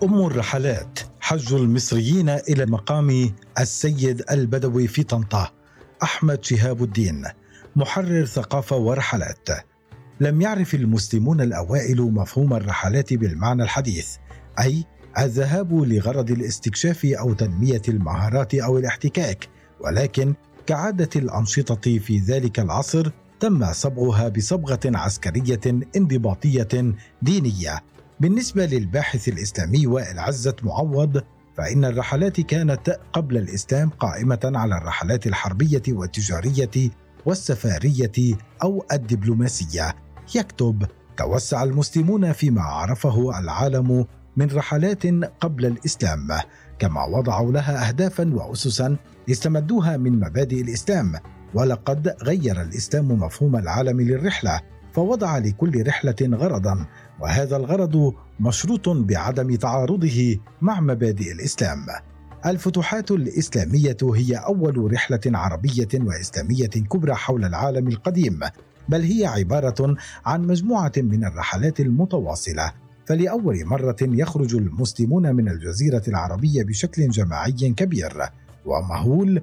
أم الرحلات، حج المصريين إلى مقام السيد البدوي في طنطا. أحمد شهاب الدين، محرر ثقافة ورحلات. لم يعرف المسلمون الأوائل مفهوم الرحلات بالمعنى الحديث، أي الذهاب لغرض الاستكشاف أو تنمية المهارات أو الاحتكاك، ولكن كعادة الأنشطة في ذلك العصر تم صبغها بصبغة عسكرية انضباطية دينية. بالنسبة للباحث الإسلامي وائل عزة معوض، فإن الرحلات كانت قبل الإسلام قائمة على الرحلات الحربية والتجارية والسفارية أو الدبلوماسية. يكتب: توسع المسلمون فيما عرفه العالم من رحلات قبل الإسلام، كما وضعوا لها أهدافا وأسسا استمدوها من مبادئ الإسلام، ولقد غير الإسلام مفهوم العالم للرحلة، فوضع لكل رحلة غرضا، وهذا الغرض مشروط بعدم تعارضه مع مبادئ الإسلام. الفتوحات الإسلامية هي أول رحلة عربية وإسلامية كبرى حول العالم القديم، بل هي عبارة عن مجموعة من الرحلات المتواصلة. فلأول مرة يخرج المسلمون من الجزيرة العربية بشكل جماعي كبير ومهول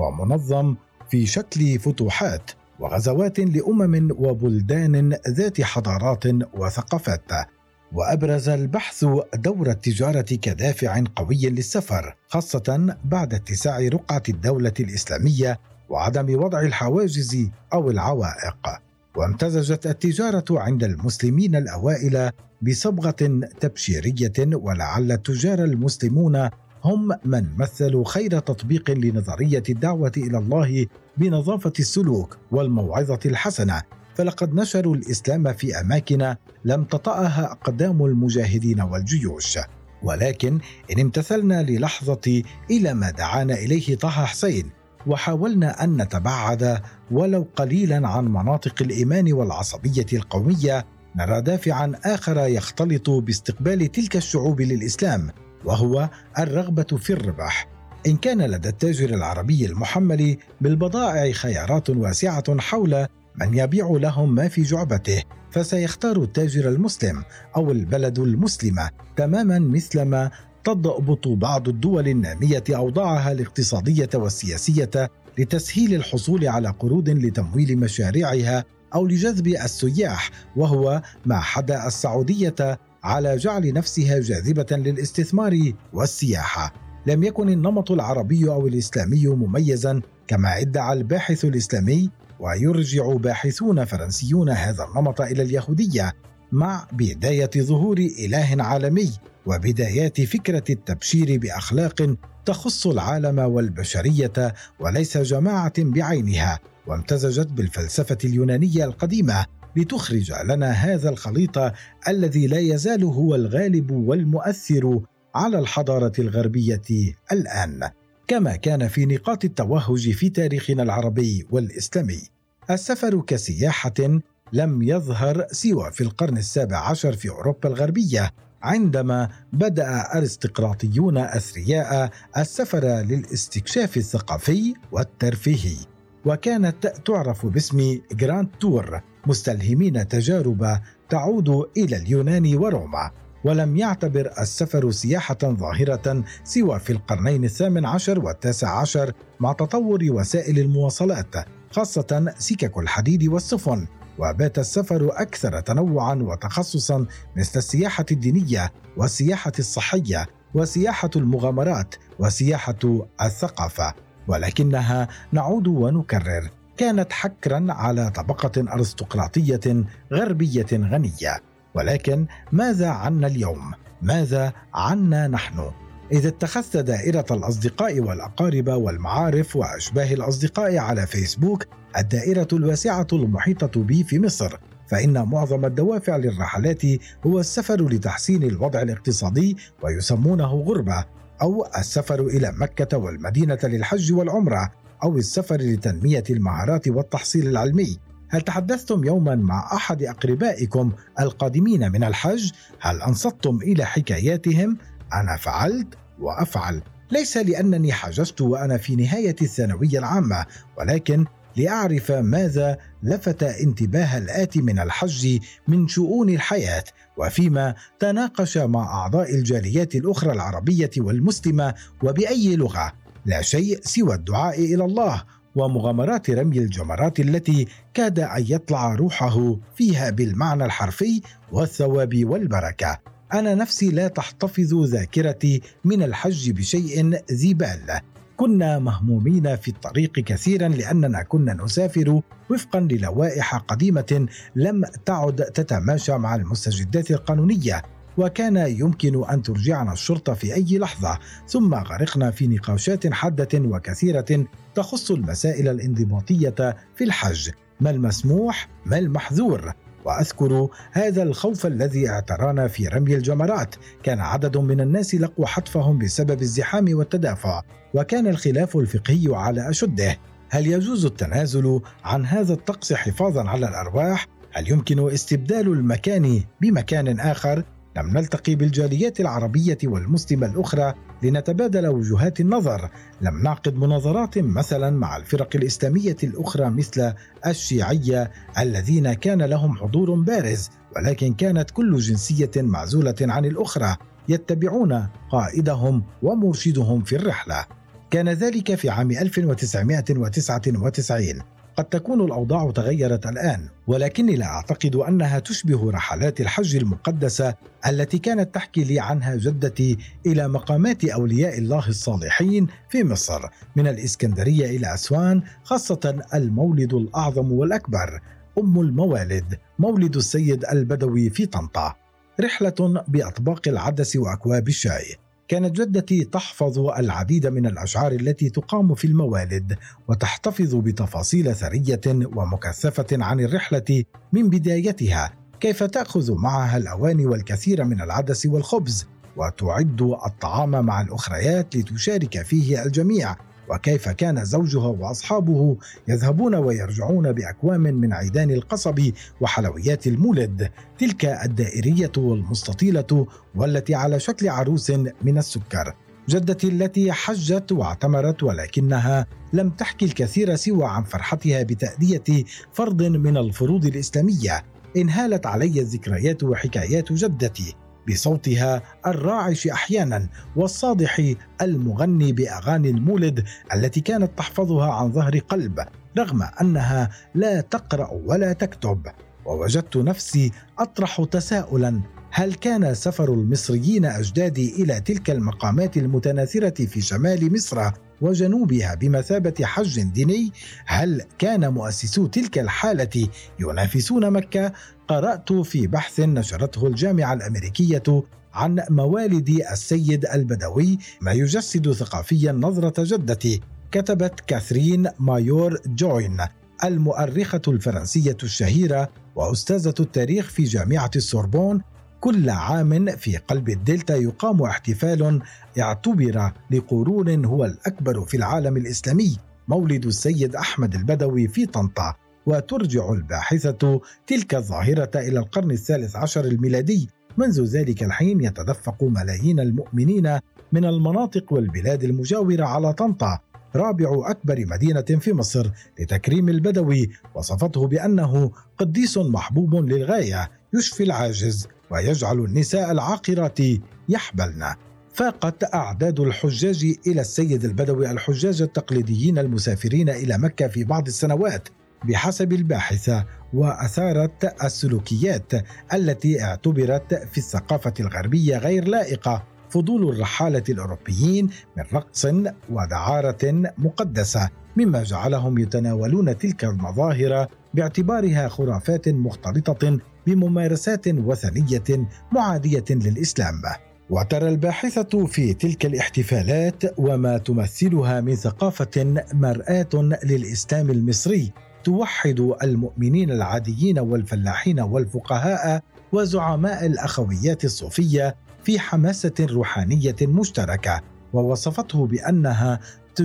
ومنظم في شكل فتوحات وغزوات لأمم وبلدان ذات حضارات وثقافات. وأبرز البحث دور التجارة كدافع قوي للسفر، خاصة بعد اتساع رقعة الدولة الإسلامية وعدم وضع الحواجز أو العوائق. وامتزجت التجارة عند المسلمين الأوائل بصبغة تبشيرية، ولعل التجار المسلمون هم من مثلوا خير تطبيق لنظرية الدعوة إلى الله بنظافة السلوك والموعظة الحسنة، فلقد نشروا الإسلام في أماكن لم تطأها أقدام المجاهدين والجيوش. ولكن إن امتثلنا للحظة إلى ما دعانا إليه طه حسين، وحاولنا أن نتباعد ولو قليلا عن مناطق الإيمان والعصبية القومية، نرى دافعا آخر يختلط باستقبال تلك الشعوب للإسلام، وهو الرغبة في الربح. إن كان لدى التاجر العربي المحمل بالبضائع خيارات واسعة حول من يبيع لهم ما في جعبته، فسيختار التاجر المسلم أو البلد المسلمة، تماما مثلما تضبط بعض الدول النامية أوضاعها الاقتصادية والسياسية لتسهيل الحصول على قروض لتمويل مشاريعها أو لجذب السياح، وهو ما حدا السعودية على جعل نفسها جاذبة للاستثمار والسياحة. لم يكن النمط العربي أو الإسلامي مميزا كما ادعى الباحث الإسلامي، ويرجع باحثون فرنسيون هذا النمط إلى اليهودية مع بداية ظهور إله عالمي وبدايات فكرة التبشير بأخلاق تخص العالم والبشرية وليس جماعة بعينها، وامتزجت بالفلسفة اليونانية القديمة لتخرج لنا هذا الخليط الذي لا يزال هو الغالب والمؤثر على الحضارة الغربية الآن، كما كان في نقاط التوهج في تاريخنا العربي والإسلامي. السفر كسياحة لم يظهر سوى في القرن ال17 في أوروبا الغربية، عندما بدأ أرستقراطيون أثرياء السفر للاستكشاف الثقافي والترفيهي، وكانت تعرف باسم جراند تور، مستلهمين تجارب تعود إلى اليونان وروما. ولم يعتبر السفر سياحة ظاهرة سوى في القرنين ال18 وال19 مع تطور وسائل المواصلات، خاصة سكك الحديد والسفن، وبات السفر أكثر تنوعا وتخصصا مثل السياحة الدينية والسياحة الصحية وسياحة المغامرات وسياحة الثقافة. ولكنها، نعود ونكرر، كانت حكرا على طبقة أرستقراطية غربية غنية. ولكن ماذا عنا اليوم؟ ماذا عنا نحن؟ إذا اتخذت دائرة الأصدقاء والأقارب والمعارف وأشباه الأصدقاء على فيسبوك الدائرة الواسعة المحيطة بي في مصر، فإن معظم الدوافع للرحلات هو السفر لتحسين الوضع الاقتصادي ويسمونه غربة، أو السفر إلى مكة والمدينة للحج والعمرة، أو السفر لتنمية المهارات والتحصيل العلمي. هل تحدثتم يوما مع أحد أقربائكم القادمين من الحج؟ هل أنصتم إلى حكاياتهم؟ أنا فعلت وأفعل، ليس لأنني حججت وأنا في نهاية الثانوية العامة، ولكن لأعرف ماذا لفت انتباه الآتي من الحج من شؤون الحياة، وفيما تناقش مع أعضاء الجاليات الأخرى العربية والمسلمة وبأي لغة، لا شيء سوى الدعاء إلى الله ومغامرات رمي الجمرات التي كاد أن يطلع روحه فيها بالمعنى الحرفي والثواب والبركة. أنا نفسي لا تحتفظ ذاكرتي من الحج بشيء ذي بال. كنا مهمومين في الطريق كثيرا لأننا كنا نسافر وفقا للوائح قديمة لم تعد تتماشى مع المستجدات القانونية، وكان يمكن أن ترجعنا الشرطة في أي لحظة، ثم غرقنا في نقاشات حادة وكثيرة تخص المسائل الانضباطية في الحج، ما المسموح ما المحظور. وأذكر هذا الخوف الذي اعترانا في رمي الجمرات. كان عدد من الناس لقوا حتفهم بسبب الزحام والتدافع، وكان الخلاف الفقهي على أشده: هل يجوز التنازل عن هذا الطقس حفاظا على الأرواح؟ هل يمكن استبدال المكان بمكان آخر؟ لم نلتقي بالجاليات العربية والمسلمة الأخرى لنتبادل وجهات النظر. لم نعقد مناظرات مثلا مع الفرق الإسلامية الأخرى مثل الشيعية الذين كان لهم حضور بارز، ولكن كانت كل جنسية معزولة عن الأخرى يتبعون قائدهم ومرشدهم في الرحلة. كان ذلك في عام 1999. قد تكون الأوضاع تغيرت الآن، ولكني لا أعتقد أنها تشبه رحلات الحج المقدسة التي كانت تحكي لي عنها جدتي إلى مقامات أولياء الله الصالحين في مصر، من الإسكندرية إلى أسوان، خاصة المولد الأعظم والأكبر أم الموالد مولد السيد البدوي في طنطا، رحلة بأطباق العدس وأكواب الشاي. كانت جدتي تحفظ العديد من الأشعار التي تقام في الموالد، وتحتفظ بتفاصيل ثرية ومكثفة عن الرحلة من بدايتها، كيف تأخذ معها الأواني والكثير من العدس والخبز، وتعد الطعام مع الأخريات لتشارك فيه الجميع، وكيف كان زوجها وأصحابه يذهبون ويرجعون بأكوام من عيدان القصب وحلويات المولد، تلك الدائرية والمستطيلة والتي على شكل عروس من السكر. جدتي التي حجت واعتمرت ولكنها لم تحكي الكثير سوى عن فرحتها بتأدية فرض من الفروض الإسلامية. انهالت علي الذكريات وحكايات جدتي بصوتها الراعش أحيانا والصادح المغني بأغاني المولد التي كانت تحفظها عن ظهر قلب رغم أنها لا تقرأ ولا تكتب. ووجدت نفسي أطرح تساؤلا: هل كان سفر المصريين أجدادي إلى تلك المقامات المتناثرة في شمال مصر وجنوبها بمثابة حج ديني؟ هل كان مؤسسو تلك الحالة ينافسون مكة؟ قرأت في بحث نشرته الجامعة الأمريكية عن موالد السيد البدوي ما يجسد ثقافيا نظرة جدتي. كتبت كاثرين مايور جوين المؤرخة الفرنسية الشهيرة وأستاذة التاريخ في جامعة السوربون: كل عام في قلب الدلتا يقام احتفال اعتبر لقرون هو الأكبر في العالم الإسلامي، مولد السيد أحمد البدوي في طنطا. وترجع الباحثة تلك الظاهرة إلى القرن الثالث عشر الميلادي. منذ ذلك الحين يتدفق ملايين المؤمنين من المناطق والبلاد المجاورة على طنطا، رابع أكبر مدينة في مصر، لتكريم البدوي. وصفته بأنه قديس محبوب للغاية يشفي العاجز ويجعل النساء العاقرات يحبلن. فاقت أعداد الحجاج إلى السيد البدوي الحجاج التقليديين المسافرين إلى مكة في بعض السنوات بحسب الباحثة، وأثارت السلوكيات التي اعتبرت في الثقافة الغربية غير لائقة فضول الرحالة الأوروبيين من رقص ودعارة مقدسة، مما جعلهم يتناولون تلك المظاهر باعتبارها خرافات مختلطة بممارسات وثنية معادية للإسلام. وترى الباحثة في تلك الاحتفالات وما تمثلها من ثقافة مرآة للإسلام المصري توحد المؤمنين العاديين والفلاحين والفقهاء وزعماء الأخويات الصوفية في حماسة روحانية مشتركة. ووصفته بأنها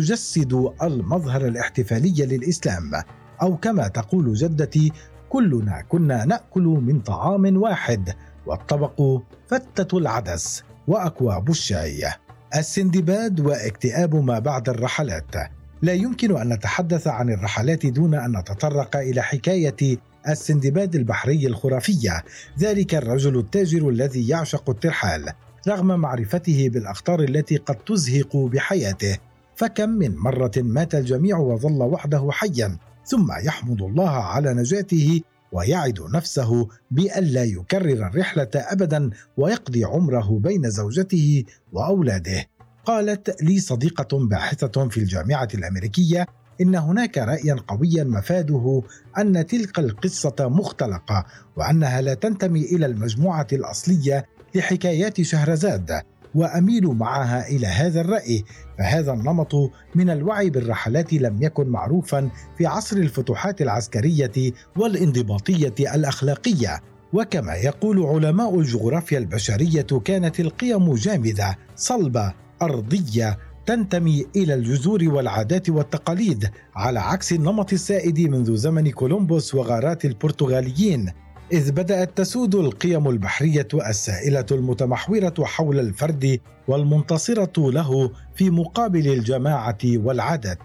تجسد المظهر الاحتفالي للإسلام، أو كما تقول جدتي: كلنا كنا نأكل من طعام واحد، والطبق فتة العدس وأكواب الشاي. السندباد واكتئاب ما بعد الرحلات. لا يمكن أن نتحدث عن الرحلات دون أن نتطرق إلى حكاية السندباد البحري الخرافية، ذلك الرجل التاجر الذي يعشق الترحال رغم معرفته بالأخطار التي قد تزهق بحياته. فكم من مرة مات الجميع وظل وحده حيا، ثم يحمد الله على نجاته ويعد نفسه بألا يكرر الرحلة أبدا ويقضي عمره بين زوجته وأولاده. قالت لي صديقة باحثة في الجامعة الأمريكية إن هناك رأيا قويا مفاده أن تلك القصة مختلقة وأنها لا تنتمي إلى المجموعة الأصلية لحكايات شهرزاد، وأميل معها إلى هذا الرأي، فهذا النمط من الوعي بالرحلات لم يكن معروفا في عصر الفتوحات العسكرية والانضباطية الأخلاقية. وكما يقول علماء الجغرافيا البشرية كانت القيم جامدة صلبة أرضية تنتمي إلى الجذور والعادات والتقاليد، على عكس النمط السائد منذ زمن كولومبوس وغارات البرتغاليين، إذ بدأت تسود القيم البحرية السائلة المتمحورة حول الفرد والمنتصرة له في مقابل الجماعة والعادات.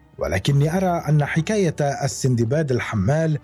ولكني أرى أن حكاية السندباد الحمال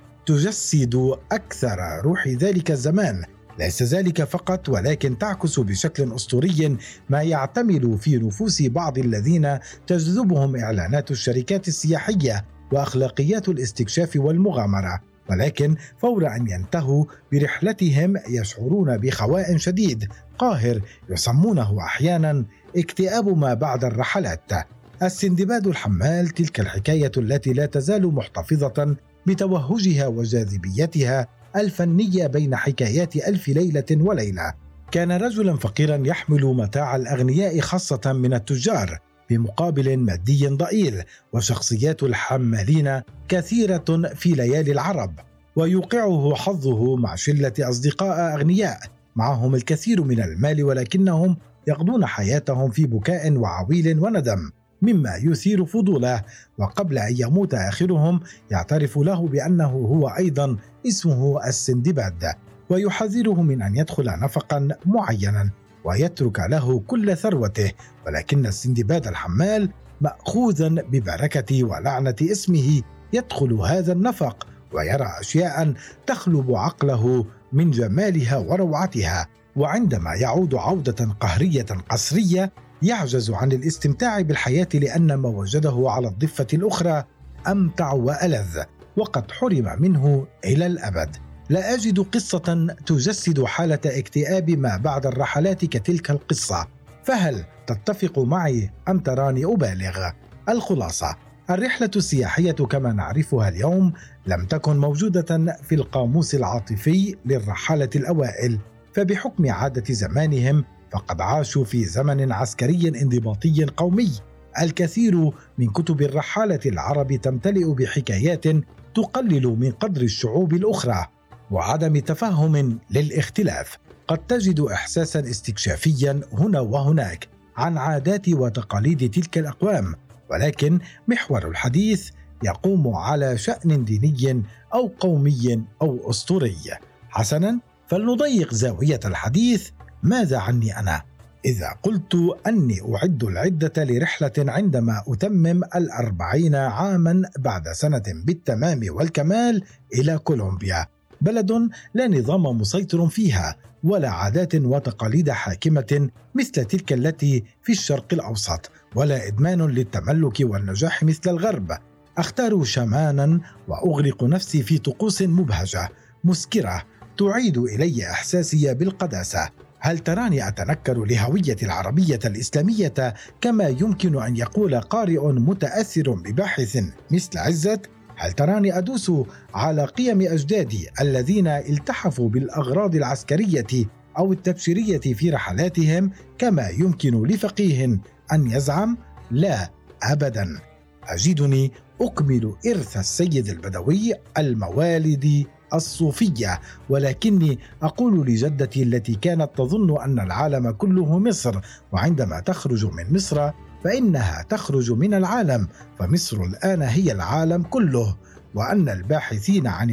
تجسد أكثر روح ذلك الزمان، ليس ذلك فقط ولكن تعكس بشكل أسطوري ما يعتمل في نفوس بعض الذين تجذبهم إعلانات الشركات السياحية وأخلاقيات الاستكشاف والمغامرة، ولكن فور أن ينتهوا برحلتهم يشعرون بخواء شديد قاهر يسمونه أحيانا اكتئاب ما بعد الرحلات. السندباد الحمال تلك الحكاية التي لا تزال محتفظة بتوهجها وجاذبيتها الفنية بين حكايات ألف ليلة وليلة. كان رجلا فقيرا يحمل متاع الأغنياء خاصة من التجار بمقابل مادي ضئيل، وشخصيات الحمالين كثيرة في ليالي العرب، ويوقعه حظه مع شلة أصدقاء أغنياء معهم الكثير من المال، ولكنهم يقضون حياتهم في بكاء وعويل وندم، مما يثير فضوله. وقبل أن يموت آخرهم يعترف له بأنه هو أيضا اسمه السندباد، ويحذره من أن يدخل نفقا معينا ويترك له كل ثروته، ولكن السندباد الحمال مأخوذا ببركة ولعنة اسمه يدخل هذا النفق ويرى أشياء تخلب عقله من جمالها وروعتها، وعندما يعود عودة قهرية قسرية يعجز عن الاستمتاع بالحياة لأن ما وجده على الضفة الأخرى أمتع وألذ، وقد حرم منه إلى الأبد. لا أجد قصة تجسد حالة اكتئاب ما بعد الرحلات كتلك القصة، فهل تتفق معي أم تراني أبالغ؟ الخلاصة: الرحلة السياحية كما نعرفها اليوم لم تكن موجودة في القاموس العاطفي للرحالة الأوائل، فبحكم عادة زمانهم فقد عاشوا في زمن عسكري انضباطي قومي. الكثير من كتب الرحالة العرب تمتلئ بحكايات تقلل من قدر الشعوب الأخرى وعدم تفهم للاختلاف. قد تجد إحساسا استكشافيا هنا وهناك عن عادات وتقاليد تلك الأقوام، ولكن محور الحديث يقوم على شأن ديني أو قومي أو أسطوري. حسنا، فلنضيق زاوية الحديث. ماذا عني أنا؟ إذا قلت أني أعد العدة لرحلة عندما أتمم 40 عاما بعد سنة بالتمام والكمال إلى كولومبيا، بلد لا نظام مسيطر فيها ولا عادات وتقاليد حاكمة مثل تلك التي في الشرق الأوسط، ولا إدمان للتملك والنجاح مثل الغرب. أختار شمانا وأغرق نفسي في طقوس مبهجة مسكرة تعيد إلي إحساسي بالقداسة. هل تراني أتنكر لهوية العربية الإسلامية كما يمكن أن يقول قارئ متأثر بباحث مثل عزت؟ هل تراني أدوس على قيم أجدادي الذين التحفوا بالأغراض العسكرية أو التبشيرية في رحلاتهم كما يمكن لفقيه أن يزعم؟ لا أبدا. أجدني أكمل إرث السيد البدوي الموالد الصوفية، ولكني أقول لجدتي التي كانت تظن أن العالم كله مصر، وعندما تخرج من مصر فإنها تخرج من العالم، فمصر الآن هي العالم كله، وأن الباحثين عن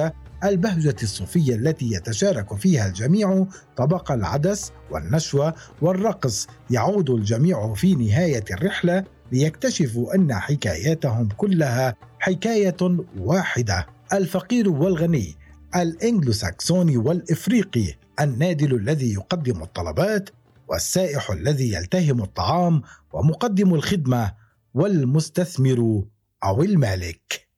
البهجة الصوفية التي يتشارك فيها الجميع طبق العدس والنشوة والرقص، يعود الجميع في نهاية الرحلة ليكتشفوا أن حكاياتهم كلها حكاية واحدة. الفقير والغني، الإنجلوساكسوني والإفريقي، النادل الذي يقدم الطلبات والسائح الذي يلتهم الطعام ومقدم الخدمة والمستثمر أو المالك.